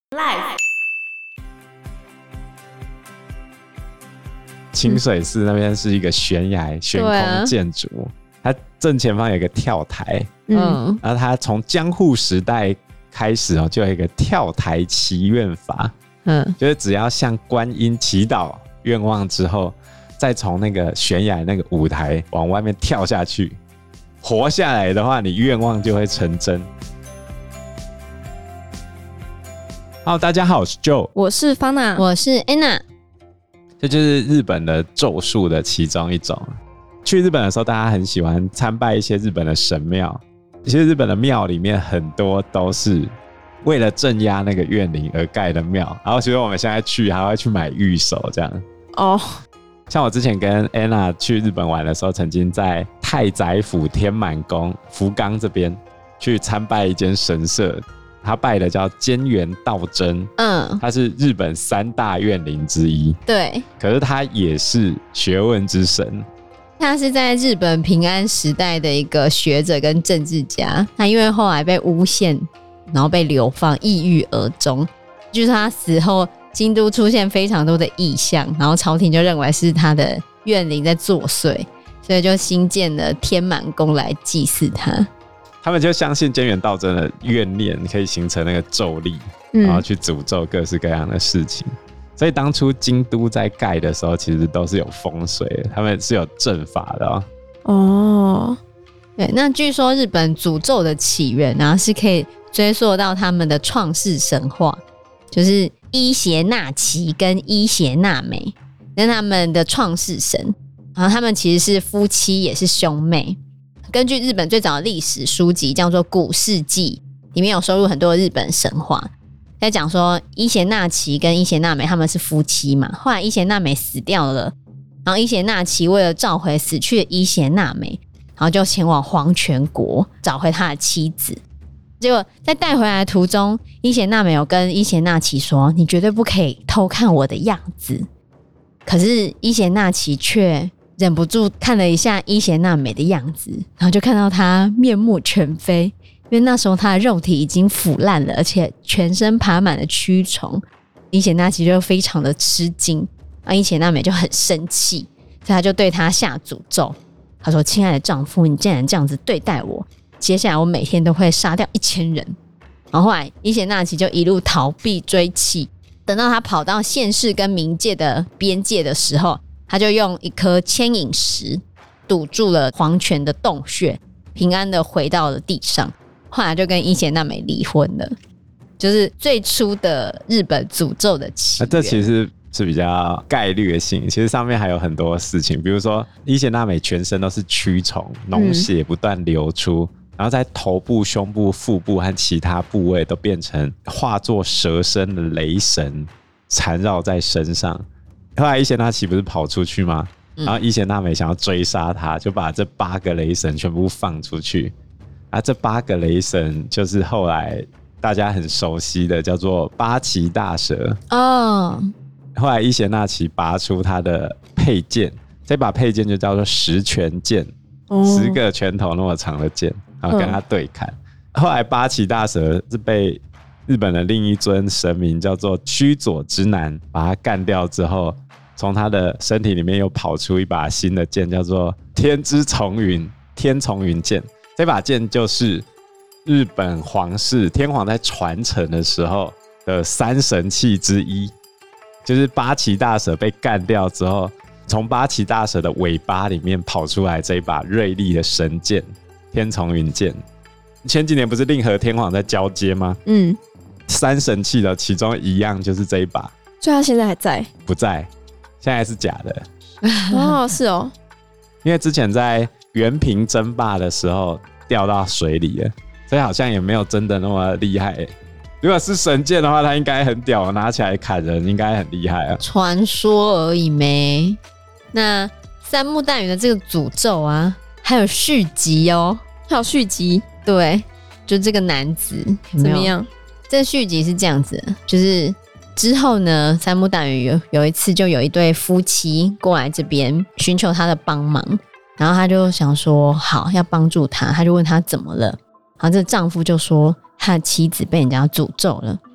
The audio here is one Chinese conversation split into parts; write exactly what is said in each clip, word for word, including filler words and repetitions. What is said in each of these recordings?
Life 清水寺那边是一个悬崖悬空建筑、啊、它正前方有一个跳台，嗯，然后它从江户时代开始、哦、就有一个跳台祈愿法，嗯，就是只要向观音祈祷愿望之后，再从那个悬崖那个舞台往外面跳下去，活下来的话，你愿望就会成真。Hello， 大家好，我是 Joe， 我是 Fana， 我是 Anna。 这就是日本的咒术的其中一种。去日本的时候，大家很喜欢参拜一些日本的神庙。其实日本的庙里面很多都是为了镇压那个怨灵而盖的庙。然后，其实我们现在去还会去买御守这样。哦。Oh. 像我之前跟 Anna 去日本玩的时候，曾经在太宰府天满宫福冈这边去参拜一间神社。他拜的叫菅原道真，嗯，他是日本三大怨灵之一， 对， 可是他也是学问之神。 他是在日本平安时代的一个学者跟政治家，他因为后来被诬陷，然后被流放，抑郁而终。就是他死后，京都出现非常多的异象，然后朝廷就认为是他的怨灵在作祟，所以就新建了天满宫来祭祀他。 他们就相信菅原道真的怨念可以形成那个咒力，然后去诅咒各式各样的事情、嗯、所以当初京都在盖的时候其实都是有风水的，他们是有阵法的哦。 哦，对，那据说日本诅咒的起源然后是可以追溯到他们的创世神话，就是伊邪那岐跟伊邪那美跟他们的创世神，然后他们其实是夫妻也是兄妹。根据日本最早的历史书籍叫做《古事记》，里面有收录很多日本神话，在讲说伊邪那岐跟伊邪那美他们是夫妻嘛，后来伊邪那美死掉了，然后伊邪那岐为了召回死去的伊邪那美，然后就前往黄泉国找回他的妻子。结果在带回来的途中，伊邪那美有跟伊邪那岐说：“你绝对不可以偷看我的样子。”可是伊邪那岐却忍不住看了一下伊邪那美的样子，然后就看到她面目全非，因为那时候她的肉体已经腐烂了，而且全身爬满了蛆虫。伊邪那岐就非常的吃惊，然后伊邪那美就很生气，所以她就对她下诅咒。她说：“亲爱的丈夫，你竟然这样子对待我，接下来我每天都会杀掉一千人。”然后后来伊邪那岐就一路逃避追击，等到她跑到县市跟冥界的边界的时候，他就用一颗牵引石堵住了黄泉的洞穴，平安的回到了地上。后来就跟伊邪那美离婚了，就是最初的日本诅咒的起源。 这其实是比较概率性，其实上面还有很多事情，比如说伊邪那美全身都是蛆虫，脓血不断流出、嗯、然后在头部、胸部、腹部和其他部位都变成化作蛇身的雷神缠绕在身上。后来伊邪那岐不是跑出去吗？然后伊邪那美想要追杀他，就把这八个雷神全部放出去。啊，这八个雷神就是后来大家很熟悉的叫做八岐大蛇哦。后来伊邪那岐拔出他的佩剑，这把佩剑就叫做十拳剑，哦、十个拳头那么长的剑，然后跟他对砍。嗯、后来八岐大蛇是被日本的另一尊神明叫做须佐之男把他干掉之后，从他的身体里面又跑出一把新的剑，叫做天之从云天从云剑。这把剑就是日本皇室天皇在传承的时候的三神器之一，就是八岐大蛇被干掉之后，从八岐大蛇的尾巴里面跑出来这一把锐利的神剑天从云剑。前几年不是令和天皇在交接吗？嗯，三神器的其中一样就是这一把， 所以他现在还在？ 不在，现在是假的。 哦，是哦， 因为之前在元平争霸的时候掉到水里了，所以好像也没有真的那么厉害。如果是神剑的话，他应该很屌，拿起来砍人应该很厉害啊。 传说而已没。那三木大元的这个诅咒啊，还有续集哦， 还有续集。 对，就这个男子有没有怎么样？这续集是这样子，就是之后呢，三木大元 有, 有一次就有一对夫妻过来这边寻求他的帮忙，然后他就想说好要帮助他，他就问他怎么了，然后这个丈夫就说他的妻子被人家诅咒了，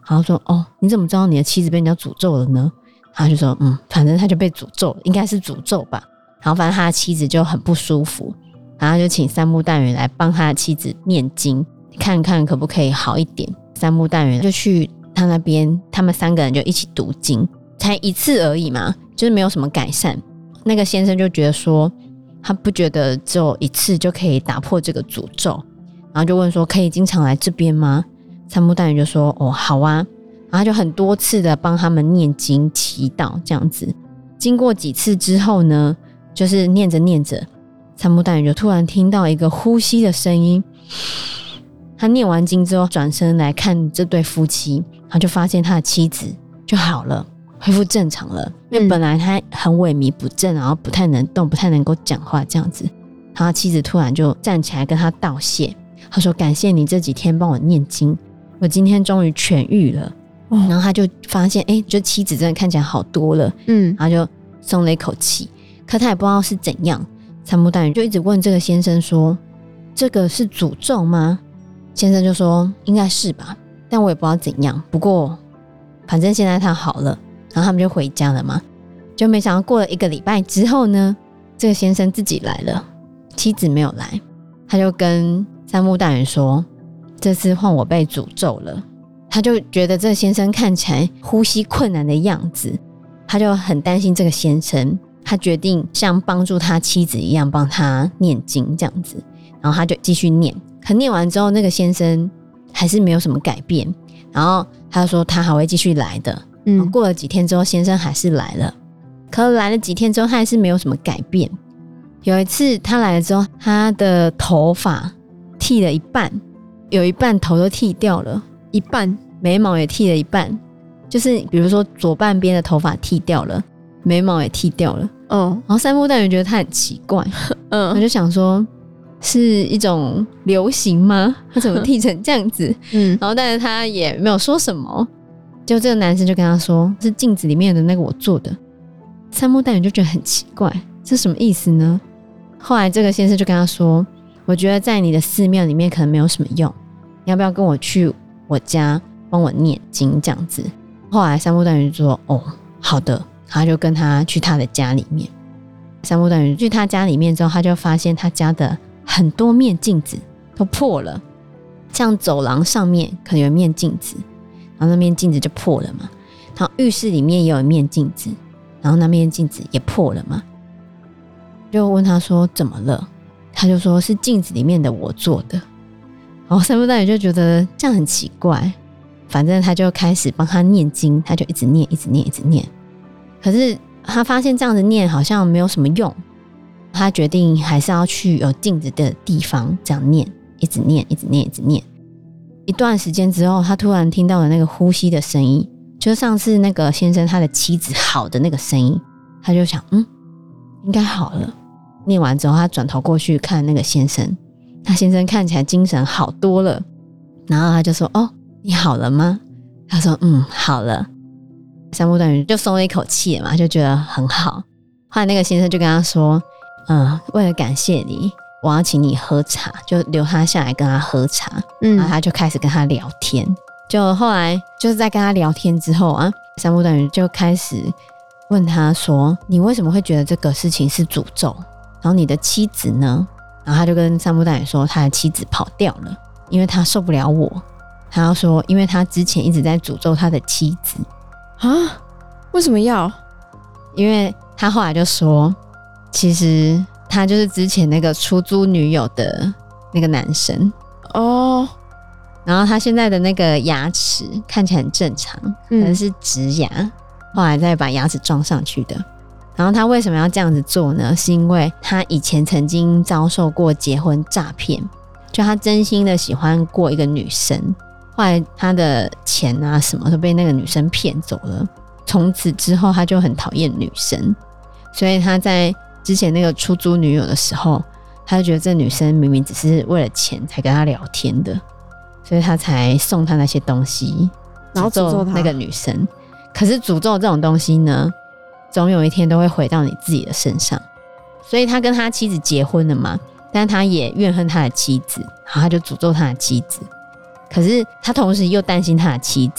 然后说哦，你怎么知道你的妻子被人家诅咒了呢？他就说嗯，反正他就被诅咒了，应该是诅咒吧。然后反正他的妻子就很不舒服，然后就请三木淡远来帮他的妻子念经，看看可不可以好一点。三木淡远就去他那边，他们三个人就一起读经，才一次而已嘛，就是没有什么改善。那个先生就觉得说他不觉得只有一次就可以打破这个诅咒，然后就问说可以经常来这边吗？三木淡远就说哦好啊，然后就很多次的帮他们念经祈祷这样子。经过几次之后呢，就是念着念着，三木淡远就突然听到一个呼吸的声音。他念完经之后转身来看这对夫妻，他就发现他的妻子就好了，恢复正常了。因为本来他很萎靡不振，然后不太能动，不太能够讲话这样子。他妻子突然就站起来跟他道谢，他说感谢你这几天帮我念经，我今天终于痊愈了。哦、然后他就发现哎，就妻子真的看起来好多了，嗯，然后就松了一口气。可他也不知道是怎样，三木淡远就一直问这个先生说这个是诅咒吗？先生就说应该是吧，但我也不知道怎样，不过反正现在他好了。然后他们就回家了嘛，就没想到过了一个礼拜之后呢，这个先生自己来了，妻子没有来。他就跟三木淡远说这次换我被诅咒了。他就觉得这个先生看起来呼吸困难的样子，他就很担心这个先生，他决定像帮助他妻子一样帮他念经这样子。然后他就继续念，可念完之后那个先生还是没有什么改变，然后他就说他还会继续来的。嗯，过了几天之后先生还是来了，可来了几天之后他还是没有什么改变。有一次他来了之后，他的头发剃了一半，有一半头都剃掉了， 一半眉毛也剃了一半，就是比如说左半边的头发剃掉了，眉毛也剃掉了。嗯，然后三木淡远觉得他很奇怪，嗯，我就想说是一种流行吗？他怎么剃成这样子？嗯，然后但是他也没有说什么。就这个男生就跟他说是镜子里面的那个我做的。三木淡远就觉得很奇怪，这什么意思呢？后来这个先生就跟他说我觉得在你的寺庙里面可能没有什么用，你要不要跟我去我家帮我念经这样子。后来三木淡远就说哦好的，他就跟他去他的家里面。三木淡远去他家里面之后，他就发现他家的很多面镜子都破了，像走廊上面可能有一面镜子，然后那面镜子就破了嘛，然后浴室里面也有一面镜子，然后那面镜子也破了嘛。就问他说怎么了，他就说是镜子里面的我做的。然后三木淡远就觉得这样很奇怪，反正他就开始帮他念经，他就一直念一直念一直念。可是他发现这样子念好像没有什么用，他决定还是要去有镜子的地方这样念，一直念一直念一直念。一段时间之后，他突然听到了那个呼吸的声音，就是上次那个先生他的妻子好的那个声音。他就想嗯应该好了。念完之后他转头过去看那个先生，他先生看起来精神好多了，然后他就说哦你好了吗？他说嗯好了。三木淡远就松了一口气了嘛，就觉得很好。后来那个先生就跟他说嗯为了感谢你，我要请你喝茶，就留他下来跟他喝茶。嗯，然后他就开始跟他聊天。就后来就是在跟他聊天之后啊，三木淡远就开始问他说你为什么会觉得这个事情是诅咒，然后你的妻子呢？然后他就跟三木淡远说他的妻子跑掉了，因为他受不了我。他要说因为他之前一直在诅咒他的妻子啊，为什么要？ 因为他后来就说其实他就是之前那个出租女友的那个男生哦，然后他现在的那个牙齿看起来很正常，可能是植牙、嗯、后来再把牙齿装上去的。然后他为什么要这样子做呢？是因为他以前曾经遭受过结婚诈骗，就他真心的喜欢过一个女生，后来他的钱啊什么都被那个女生骗走了，从此之后他就很讨厌女生，所以他在之前那个出租女友的时候，他就觉得这女生明明只是为了钱才跟他聊天的，所以他才送他那些东西， 然后诅咒他那个女生。可是诅咒这种东西呢，总有一天都会回到你自己的身上。所以他跟他妻子结婚了嘛，但他也怨恨他的妻子，然后他就诅咒他的妻子。可是他同时又担心他的妻子，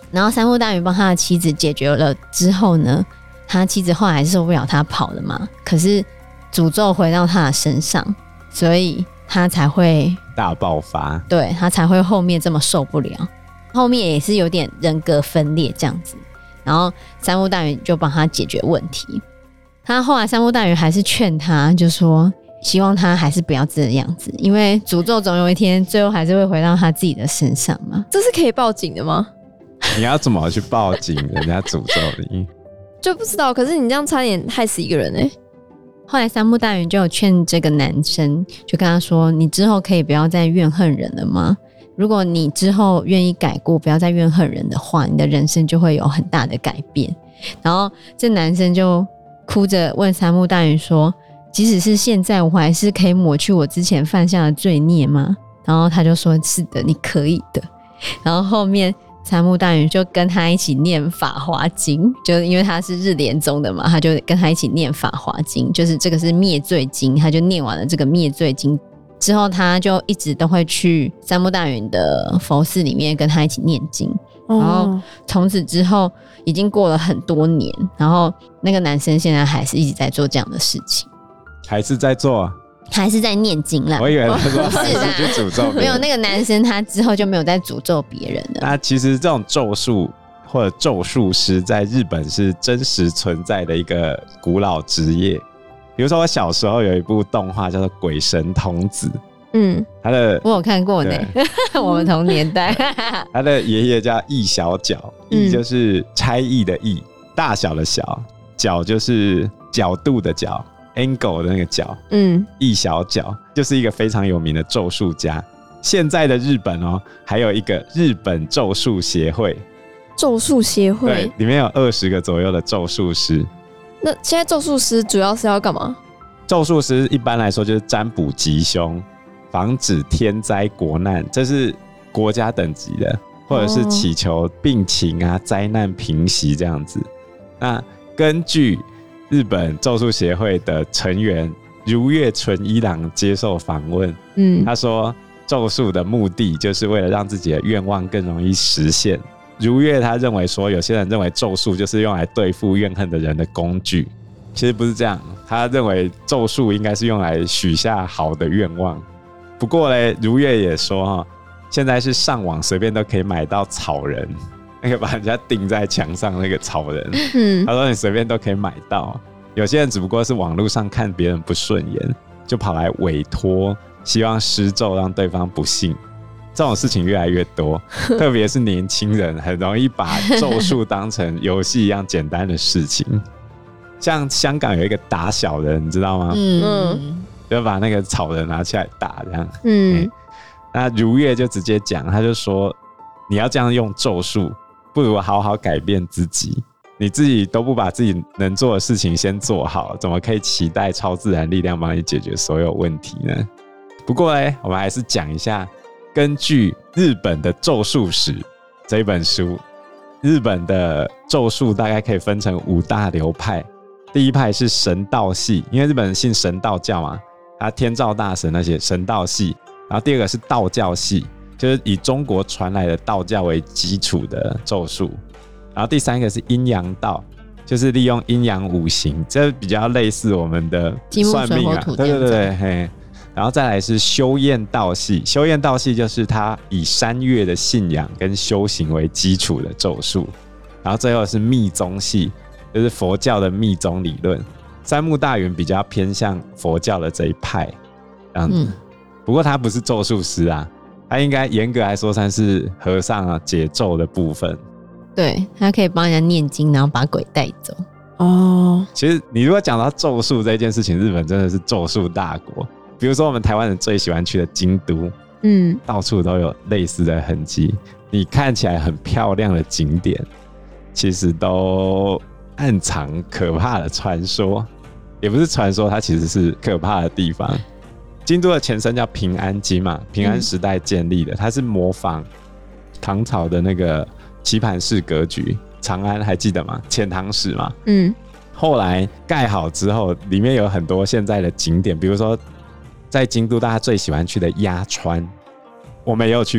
然后三木大云帮他的妻子解决了之后呢，他妻子后来还是受不了他跑了嘛，可是诅咒回到他的身上，所以他才会大爆发， 对，他才会后面这么受不了，后面也是有点人格分裂这样子。然后三木大云就帮他解决问题。他后来三木大云还是劝他，就说希望他还是不要这样子，因为诅咒总有一天最后还是会回到他自己的身上嘛。 这是可以报警的吗？ 你要怎么去报警？人家诅咒你， 就不知道。可是你这样差点害死一个人哎、欸。 后来三木大云就有劝这个男生，就跟他说：“你之后可以不要再怨恨人了吗？如果你之后愿意改过，不要再怨恨人的话，你的人生就会有很大的改变。”然后这男生就哭着问三木大云说：“即使是现在，我还是可以抹去我之前犯下的罪孽吗？”然后他就说：“是的，你可以的。”然后后面三木大云就跟他一起念《法华经》，就因为他是日莲宗的嘛，他就跟他一起念《法华经》，就是这个是灭罪经，他就念完了这个灭罪经之后，他就一直都会去三木大云的佛寺里面跟他一起念经。然后从此之后已经过了很多年，然后那个男生现在还是一直在做这样的事情， 还是在做， 还是在念经啦。 我以为他说不是啦， 去诅咒别人， 没有，那个男生他之后就没有再诅咒别人了。 那其实这种咒术或者咒术师在日本是真实存在的一个古老职业。比如说我小时候有一部动画叫做《鬼神童子》， 嗯， 他的我有看过呢，我们同年代。 他的爷爷叫易小角，易就是差异的易，大小的小，角就是角度的角 ，angle 的那个角， 嗯， 易小角就是一个非常有名的咒术家。现在的日本哦，还有一个日本咒术协会， 咒术协会， 对，里面有二十个左右的咒术师。 那现在咒术师主要是要干嘛？ 咒术师一般来说就是占卜吉凶，防止天灾国难，这是国家等级的，或者是祈求病情啊、灾难平息这样子。那根据日本咒术协会的成员如月纯一郎接受访问，嗯，他说咒术的目的就是为了让自己的愿望更容易实现。如月他认为说，有些人认为咒术就是用来对付怨恨的人的工具，其实不是这样。他认为咒术应该是用来许下好的愿望。不过呢，如月也说，现在是上网随便都可以买到草人，那个把人家钉在墙上那个草人，嗯，他说你随便都可以买到。有些人只不过是网络上看别人不顺眼，就跑来委托，希望施咒让对方不幸。这种事情越来越多，特别是年轻人很容易把咒术当成游戏一样简单的事情。像香港有一个打小人，你知道吗？嗯，就把那个草人拿起来打这样。嗯，欸、那如月就直接讲，他就说你要这样用咒术，不如好好改变自己。你自己都不把自己能做的事情先做好，怎么可以期待超自然力量帮你解决所有问题呢？不过呢，我们还是讲一下。根据日本的咒术史这一本书，日本的咒术大概可以分成五大流派。第一派是神道系，因为日本人信神道教嘛，他天照大神那些神道系。然后第二个是道教系，就是以中国传来的道教为基础的咒术。然后第三个是阴阳道，就是利用阴阳五行，这比较类似我们的算命啊，对对对对，嘿。然后再来是修验道系，修验道系就是它以山岳的信仰跟修行为基础的咒术。然后最后是密宗系，就是佛教的密宗理论。三木大云比较偏向佛教的这一派，这样子。嗯、不过他不是咒术师啊，他应该严格来说算是和尚啊解咒的部分。 对，他可以帮人家念经，然后把鬼带走。 哦， 其实你如果讲到咒术这件事情，日本真的是咒术大国。比如说我们台湾人最喜欢去的京都，嗯，到处都有类似的痕迹。你看起来很漂亮的景点，其实都暗藏可怕的传说，也不是传说，它其实是可怕的地方。京都的前身叫平安京嘛，平安时代建立的，它是模仿唐朝的那个棋盘式格局。长安还记得吗？遣唐使嘛，嗯，后来盖好之后，里面有很多现在的景点，比如说。在京都大家最喜欢去的鸭川，我们也有去过。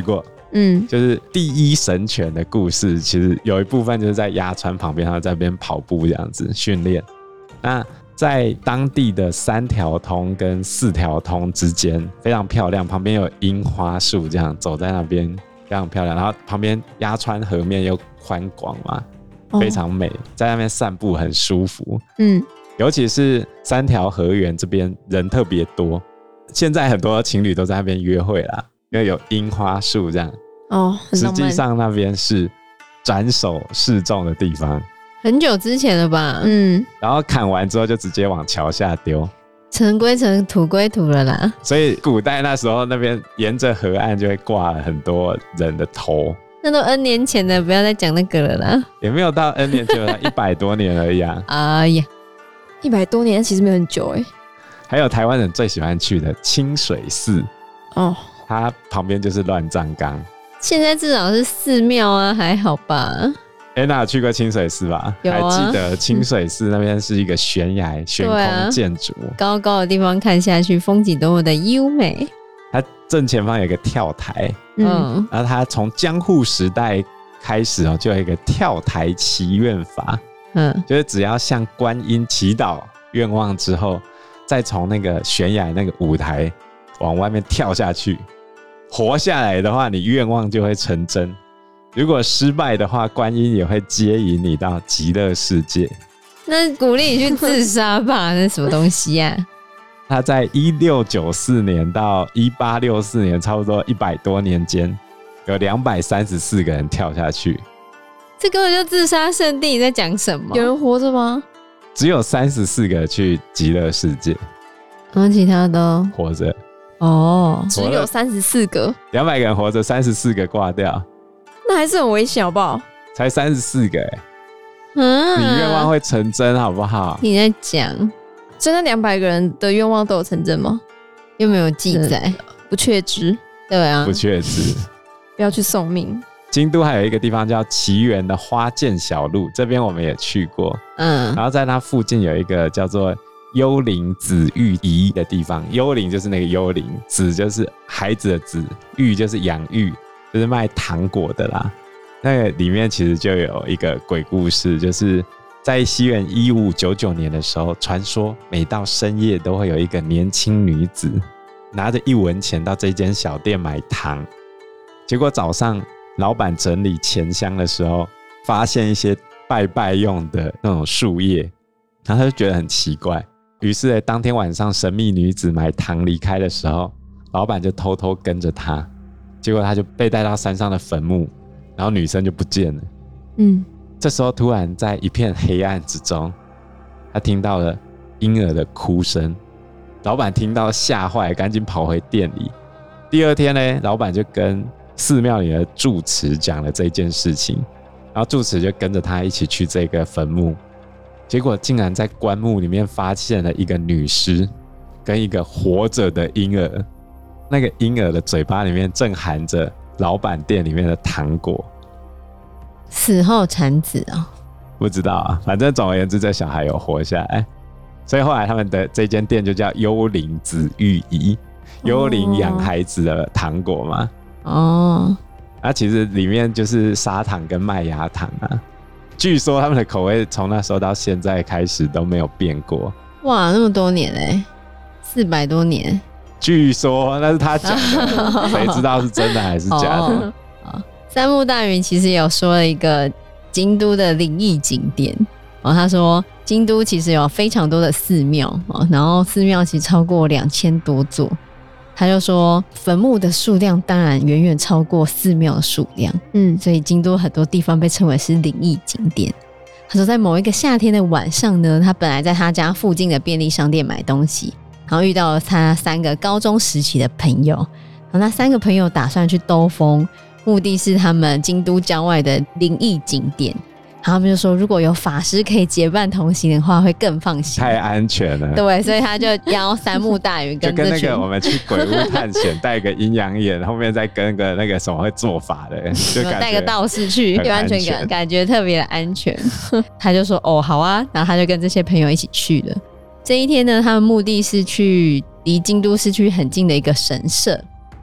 嗯， 就是第一神拳的故事，其实有一部分就是在鸭川旁边，他在那边跑步这样子训练。那在当地的三条通跟四条通之间非常漂亮，旁边有樱花树，这样走在那边非常漂亮。然后旁边鸭川河面又宽广嘛，非常美，在那边散步很舒服。 嗯，尤其是三条河原这边人特别多，现在很多情侣都在那边约会啦，因为有樱花树这样。 哦，很浪漫。 实际上那边是斩首示众的地方。 很久之前了吧？ 嗯， 然后砍完之后就直接往桥下丢， 尘归尘，土归土了啦。 所以古代那时候那边沿着河岸就会挂了很多人的头。 那都 N 年前的，不要再讲那个了啦。 也没有到 N 年前了，一百多年而已啊。 哎呀， 一百多年其实没有很久哎。 还有台湾人最喜欢去的清水寺哦， 它旁边就是乱葬岗。 现在至少是寺庙啊，还好吧。 安娜有去过清水寺吧？ 有啊， 还记得清水寺那边是一个悬崖悬空建筑、啊， 高高的地方看下去，风景多么的优美。 它正前方有一个跳台， 嗯， 然后它从江户时代开始哦，就有一个跳台祈愿法，嗯，就是只要向观音祈祷愿望之后，再从那个悬崖那个舞台往外面跳下去，活下来的话，你愿望就会成真。如果失败的话，观音也会接引你到极乐世界。 那鼓励你去自杀吧，那什么东西呀、啊？ 他在一六九四年到一八六四年，差不多一百多年间，有两百三十四个人跳下去。 这根本就自杀圣地，你在讲什么？ 有人活着吗？ 只有三十四个去极乐世界， 然后其他都活着。 哦， 只有三十四个， 两百个人活着，三十四个挂掉。 那还是很危险，好不好？ 才三十四个、欸， 嗯， 你愿望会成真，好不好？ 你在讲， 真的两百个人的愿望都有成真吗？ 又没有记载， 不确知。 对啊， 不确知， 不要去送命。 京都还有一个地方叫奇缘的花见小路，这边我们也去过。嗯，然后在那附近有一个叫做幽灵子育仪的地方，幽灵就是那个幽灵，子就是孩子的子，育就是养育。就是卖糖果的啦，那个里面其实就有一个鬼故事，就是在西元一五九九年的时候，传说每到深夜都会有一个年轻女子拿着一文钱到这间小店买糖，结果早上老板整理钱箱的时候，发现一些拜拜用的那种树叶，然后他就觉得很奇怪，于是呢当天晚上神秘女子买糖离开的时候，老板就偷偷跟着她。结果他就被带到山上的坟墓，然后女生就不见了。嗯，这时候突然在一片黑暗之中，他听到了婴儿的哭声。老板听到吓坏，赶紧跑回店里。第二天呢，老板就跟寺庙里的住持讲了这件事情，然后住持就跟着他一起去这个坟墓。结果竟然在棺木里面发现了一个女尸跟一个活着的婴儿。那个婴儿的嘴巴里面正含着老板店里面的糖果， 死后产子哦， 不知道啊，反正总而言之，这小孩有活下来，所以后来他们的这间店就叫幽灵子育仪，幽灵养孩子的糖果嘛。哦，那、啊、其实里面就是砂糖跟麦芽糖啊，据说他们的口味从那时候到现在开始都没有变过。 哇，那么多年嘞，四百多年。 据说那是他讲的，谁知道是真的还是假的？ 哦、三木大云其实也有说了一个京都的灵异景点哦，他说京都其实有非常多的寺庙哦，然后寺庙其实超过两千多座。他就说坟墓的数量当然远远超过寺庙的数量，嗯，所以京都很多地方被称为是灵异景点。他说在某一个夏天的晚上呢，他本来在他家附近的便利商店买东西。然后遇到了他三个高中时期的朋友，然后那三个朋友打算去兜风，目的是他们京都郊外的灵异景点。然后他们就说，如果有法师可以结伴同行的话，会更放心， 太安全了。 对，所以他就邀三木大云跟就跟那个我们去鬼屋探险，带个阴阳眼，后面再跟个那个什么会做法的，就感觉带个道士去，有安全感，感觉特别的安全。他就说哦好啊，然后他就跟这些朋友一起去了。这一天呢，他们目的是去离京都市区很近的一个神社，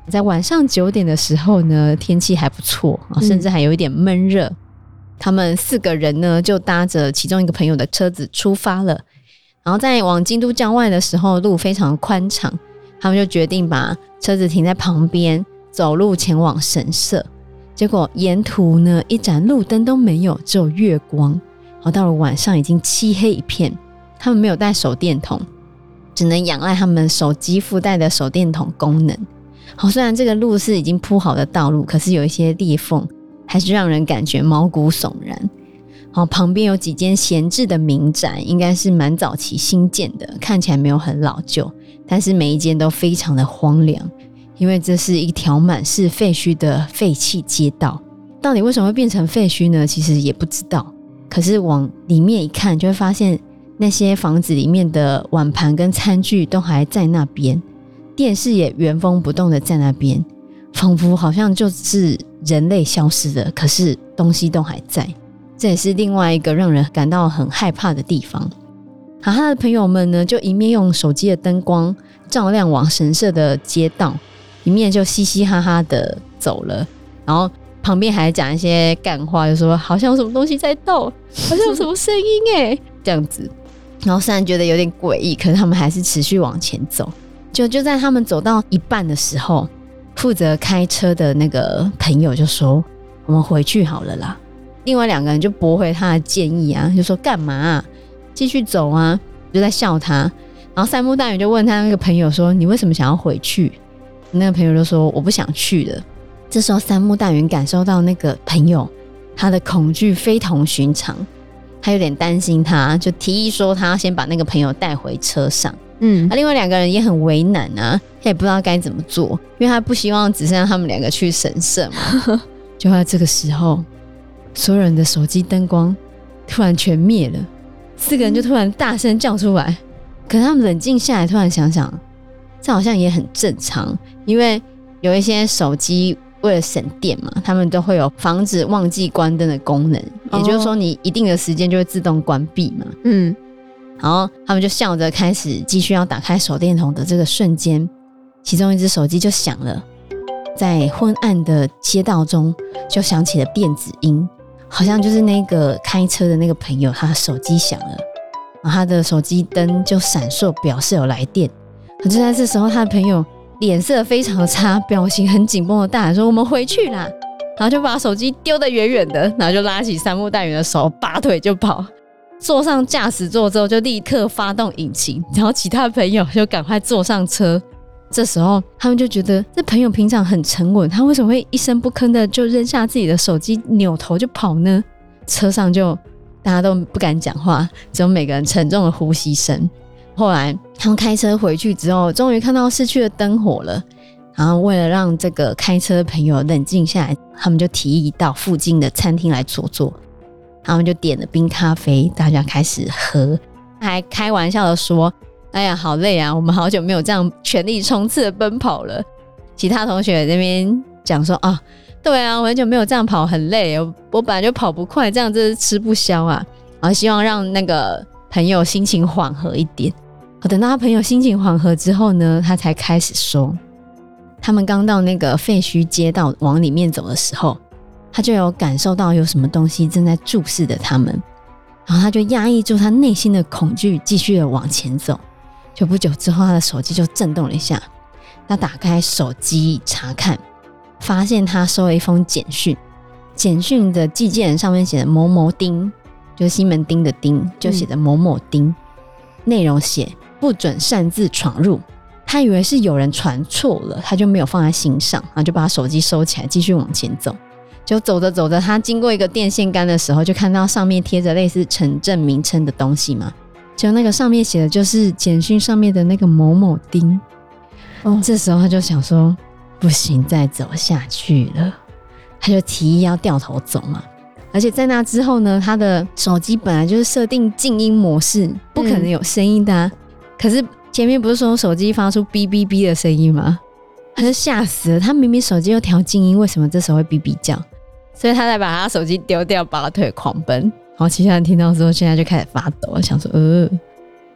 在晚上九点的时候呢，天气还不错，甚至还有一点闷热、嗯、他们四个人呢就搭着其中一个朋友的车子出发了。然后在往京都郊外的时候，路非常宽敞，他们就决定把车子停在旁边，走路前往神社。结果沿途呢一盏路灯都没有，只有月光。然后到了晚上已经漆黑一片，他们没有带手电筒，只能仰赖他们手机附带的手电筒功能。好，虽然这个路是已经铺好的道路，可是有一些裂缝，还是让人感觉毛骨悚然。好，旁边有几间闲置的民宅，应该是蛮早期新建的，看起来没有很老旧，但是每一间都非常的荒凉，因为这是一条满是废墟的废弃街道。到底为什么会变成废墟呢？其实也不知道，可是往里面一看，就会发现那些房子里面的碗盘跟餐具都还在那边，电视也原封不动的在那边，仿佛好像就是人类消失了，可是东西都还在。这也是另外一个让人感到很害怕的地方。好，他的朋友们呢，就一面用手机的灯光照亮往神社的街道，一面就嘻嘻哈哈的走了，然后旁边还讲一些干话，就说好像有什么东西在动，好像有什么声音耶这样子。然后虽然觉得有点诡异，可是他们还是持续往前走。就就在他们走到一半的时候，负责开车的那个朋友就说我们回去好了啦。另外两个人就驳回他的建议啊，就说干嘛啊，继续走啊，就在笑他。然后三木大元就问他那个朋友说你为什么想要回去？那个朋友就说我不想去了。这时候三木大元感受到那个朋友他的恐惧非同寻常，他有点担心他，就提议说他先把那个朋友带回车上。嗯，啊、另外两个人也很为难啊，他也不知道该怎么做，因为他不希望只剩下他们两个去神社嘛。就在这个时候，所有人的手机灯光突然全灭了，四个人就突然大声叫出来。可是他们冷静下来，突然想想，这好像也很正常，因为有一些手机为了省电嘛，他们都会有防止忘记关灯的功能，也就是说你一定的时间就会自动关闭嘛。嗯，然后他们就笑着开始继续要打开手电筒的这个瞬间，其中一只手机就响了，在昏暗的街道中就响起了电子音，好像就是那个开车的那个朋友他的手机响了，然后他的手机灯就闪烁表示有来电。可就在这时候，他的朋友脸色非常的差，表情很紧绷的大喊说我们回去啦，然后就把手机丢得远远的，然后就拉起三木大元的手拔腿就跑，坐上驾驶座之后就立刻发动引擎，然后其他的朋友就赶快坐上车。这时候他们就觉得这朋友平常很沉稳，他为什么会一声不吭的就扔下自己的手机扭头就跑呢？车上就大家都不敢讲话，只有每个人沉重的呼吸声。后来他们开车回去之后，终于看到市区的灯火了，然后为了让这个开车的朋友冷静下来，他们就提议到附近的餐厅来坐坐。他们就点了冰咖啡，大家开始喝，还开玩笑的说哎呀好累啊，我们好久没有这样全力冲刺的奔跑了。其他同学在那边讲说啊，对啊，我很久没有这样跑，很累，我我本来就跑不快，这样真是吃不消啊。然后希望让那个朋友心情缓和一点。等到他朋友心情缓和之后呢，他才开始说他们刚到那个废墟街道往里面走的时候，他就有感受到有什么东西正在注视着他们，然后他就压抑住他内心的恐惧，继续的往前走。就不久之后，他的手机就震动了一下，他打开手机查看，发现他收了一封简讯，简讯的寄件人上面写的某某丁，就是西门町的丁，就写的某某丁，内容写不准擅自闯入。他以为是有人传错了，他就没有放在心上，然后就把手机收起来继续往前走。就走着走着，他经过一个电线杆的时候，就看到上面贴着类似城镇名称的东西嘛，就那个上面写的就是简讯上面的那个某某丁。哦，这时候他就想说不行，再走下去了，他就提议要掉头走嘛。而且在那之后呢，他的手机本来就是设定静音模式，不可能有声音的啊、嗯、可是前面不是说手机发出哔哔哔的声音吗？他就吓死了，他明明手机又调静音，为什么这时候会哔哔叫？所以他才把他手机丢掉，拔腿狂奔。然后其他人听到之后，现在就开始发抖，想说呃，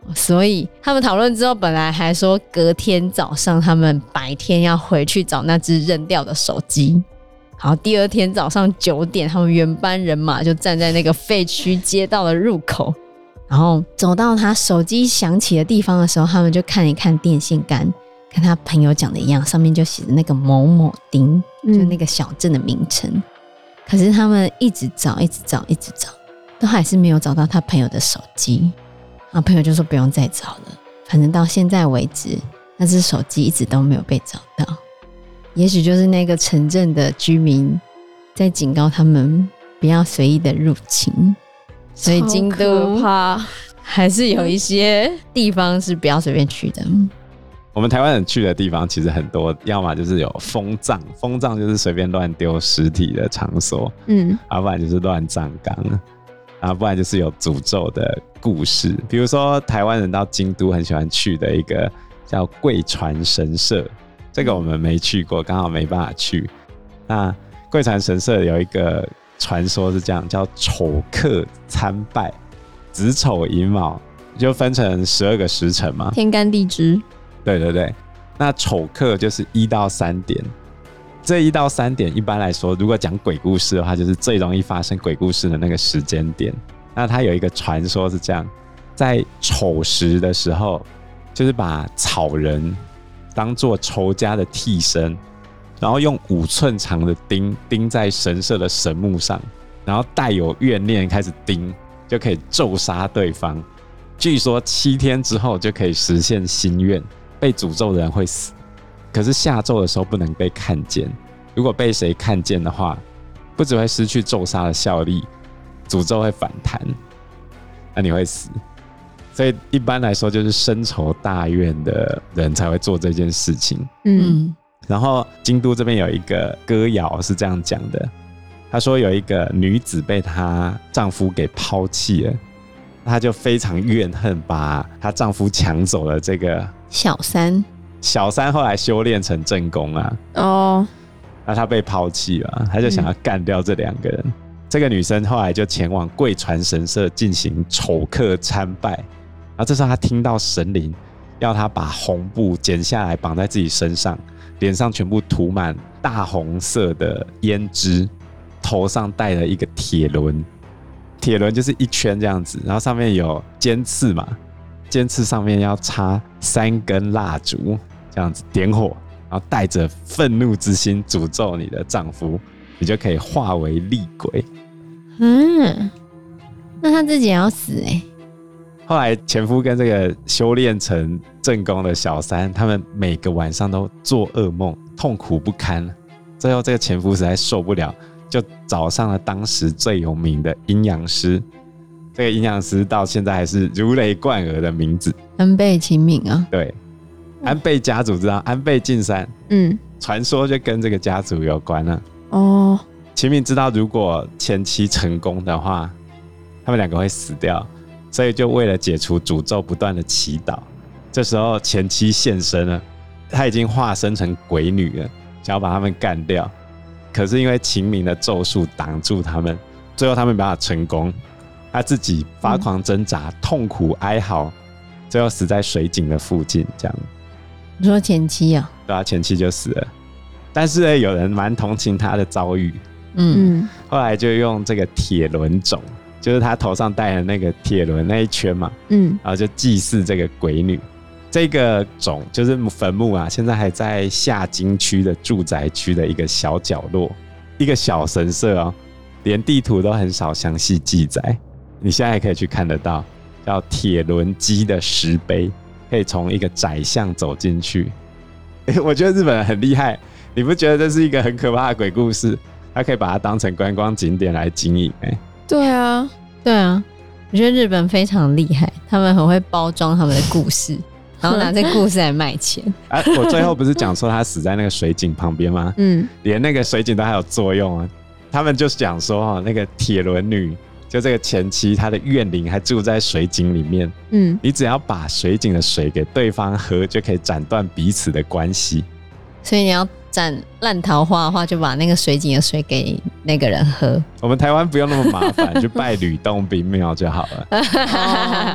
所以他们讨论之后，本来还说隔天早上他们白天要回去找那只扔掉的手机。好，第二天早上九点，他们原班人马就站在那个废墟街道的入口，然后走到他手机响起的地方的时候，他们就看一看电线杆，跟他朋友讲的一样，上面就写着那个某某町，就那个小镇的名称。嗯、可是他们一直找，一直找，一直找，都还是没有找到他朋友的手机。然后朋友就说不用再找了，反正到现在为止，那只手机一直都没有被找到。也许就是那个城镇的居民在警告他们不要随意的入侵，所以京都还是有一些地方是不要随便去的。 我们台湾人去的地方其实很多，要么就是有封葬，封葬就是随便乱丢尸体的场所，嗯，要不然就是乱葬岗，啊，不然就是有诅咒的故事。比如说台湾人到京都很喜欢去的一个叫贵船神社，这个我们没去过，刚好没办法去。那贵船神社有一个传说是这样，叫丑客参拜，子丑寅卯就分成十二个时辰嘛， 天干地支。 对对对，那丑客就是一到三点，这一到三点一般来说，如果讲鬼故事的话，就是最容易发生鬼故事的那个时间点。那它有一个传说是这样，在丑时的时候，就是把草人当作仇家的替身，然后用五寸长的钉钉在神社的神木上，然后带有怨念开始钉，就可以咒杀对方。据说七天之后就可以实现心愿，被诅咒的人会死，可是下咒的时候不能被看见。如果被谁看见的话，不只会失去咒杀的效力，诅咒会反弹，那你会死。所以一般来说，就是深仇大怨的人才会做这件事情。嗯，然后京都这边有一个歌谣是这样讲的，他说有一个女子被她丈夫给抛弃了，她就非常怨恨把她丈夫抢走了这个小三。 小三后来修炼成正宫啊，哦，那她被抛弃了，她就想要干掉这两个人。嗯、这个女生后来就前往贵船神社进行丑客参拜。然后这时候他听到神灵要他把红布剪下来绑在自己身上，脸上全部涂满大红色的胭脂，头上戴了一个铁轮，铁轮就是一圈这样子，然后上面有尖刺嘛，尖刺上面要插三根蜡烛，这样子点火，然后带着愤怒之心诅咒你的丈夫，你就可以化为厉鬼。 嗯，那他自己也要死哎、欸。 后来前夫跟这个修炼成正宫的小三，他们每个晚上都做噩梦，痛苦不堪。最后这个前夫实在受不了，就找上了当时最有名的阴阳师。这个阴阳师到现在还是如雷贯耳的名字， 安倍晴明啊。 对，安倍家族知道安倍晋三，嗯，传说就跟这个家族有关了。哦，晴明知道如果前妻成功的话，他们两个会死掉。所以就为了解除诅咒不断的祈祷，这时候前妻现身了，她已经化身成鬼女了，想要把他们干掉，可是因为晴明的咒术挡住他们，最后他们没办法成功，她自己发狂挣扎、嗯、痛苦哀嚎，最后死在水井的附近。这样你说前妻啊？ 对啊，前妻就死了。但是呢，有人蛮同情她的遭遇，嗯，后来就用这个铁轮种，就是他头上戴的那个铁轮那一圈嘛，嗯，然后就祭祀这个鬼女。这个冢就是坟墓啊，现在还在下京区的住宅区的一个小角落，一个小神社哦，连地图都很少详细记载。你现在还可以去看得到，叫铁轮基的石碑，可以从一个窄巷走进去。欸，我觉得日本人很厉害，你不觉得这是一个很可怕的鬼故事？他可以把它当成观光景点来经营欸。 对啊， 对啊，我觉得日本非常厉害，他们很会包装他们的故事，然后拿这故事来卖钱。 啊，我最后不是讲说他死在那个水井旁边吗？嗯，连那个水井都还有作用啊。他们就是讲说，那个铁轮女，就这个前妻，她的怨灵还住在水井里面。嗯，你只要把水井的水给对方喝，就可以斩断彼此的关系。 所以你要斩烂桃花的话，就把那个水井的水给那个人喝。 我们台湾不用那么麻烦，就拜吕洞宾庙就好了。 哦，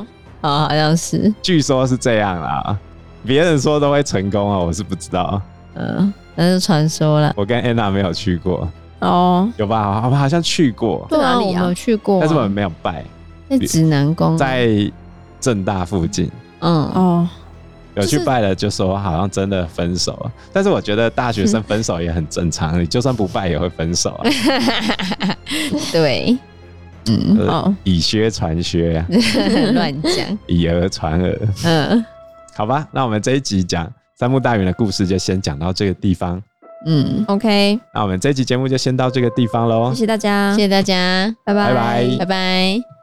哦，好像是， 据说是这样啦，别人说都会成功哦，我是不知道。 嗯，那是传说了。 我跟 Anna 没有去过， 哦， 有吧？我们好像去过， 对啊， 哪里啊我们有去过啊， 但是我们没有拜， 在指南宫， 在政大附近。 嗯， 哦， 有去拜了，就说好像真的分手了。但是我觉得大学生分手也很正常，你就算不拜也会分手啊。 对，嗯， 呃哦以薛传薛啊， 乱讲， 以讹传讹。 嗯好吧，那我们这一集讲三木大员的故事就先讲到这个地方。 嗯， ，OK， 那我们这一集节目就先到这个地方喽谢。谢大家， 谢谢大家， 拜拜， 拜拜拜拜。